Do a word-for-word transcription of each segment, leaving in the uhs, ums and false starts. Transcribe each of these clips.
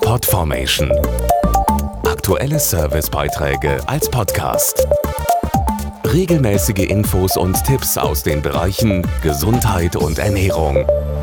Podformation. Aktuelle Servicebeiträge als Podcast. Regelmäßige Infos und Tipps aus den Bereichen Gesundheit und Ernährung.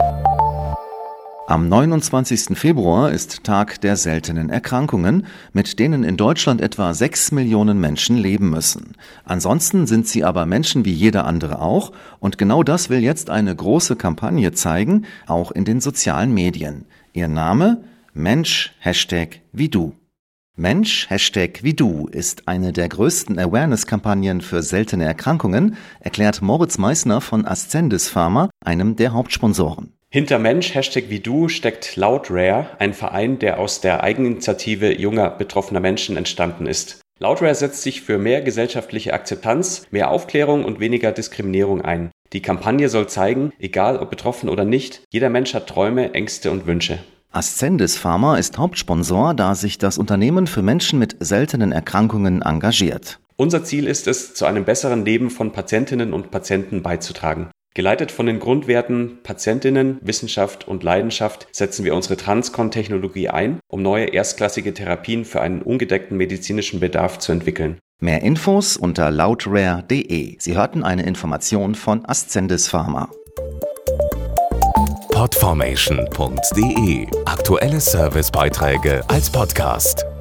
Am neunundzwanzigsten Februar ist Tag der seltenen Erkrankungen, mit denen in Deutschland etwa sechs Millionen Menschen leben müssen. Ansonsten sind sie aber Menschen wie jeder andere auch, und genau das will jetzt eine große Kampagne zeigen, auch in den sozialen Medien. Ihr Name? Mensch, Hashtag wie du. Mensch, Hashtag wie du ist eine der größten Awareness-Kampagnen für seltene Erkrankungen, erklärt Moritz Meissner von Ascendis Pharma, einem der Hauptsponsoren. Hinter Mensch, Hashtag wie du steckt Lautrare, ein Verein, der aus der Eigeninitiative junger betroffener Menschen entstanden ist. Lautrare setzt sich für mehr gesellschaftliche Akzeptanz, mehr Aufklärung und weniger Diskriminierung ein. Die Kampagne soll zeigen, egal ob betroffen oder nicht, jeder Mensch hat Träume, Ängste und Wünsche. Ascendis Pharma ist Hauptsponsor, da sich das Unternehmen für Menschen mit seltenen Erkrankungen engagiert. Unser Ziel ist es, zu einem besseren Leben von Patientinnen und Patienten beizutragen. Geleitet von den Grundwerten Patientinnen, Wissenschaft und Leidenschaft setzen wir unsere Transcon-Technologie ein, um neue erstklassige Therapien für einen ungedeckten medizinischen Bedarf zu entwickeln. Mehr Infos unter lautrare punkt de. Sie hörten eine Information von Ascendis Pharma. Podformation punkt de. Aktuelle Servicebeiträge als Podcast.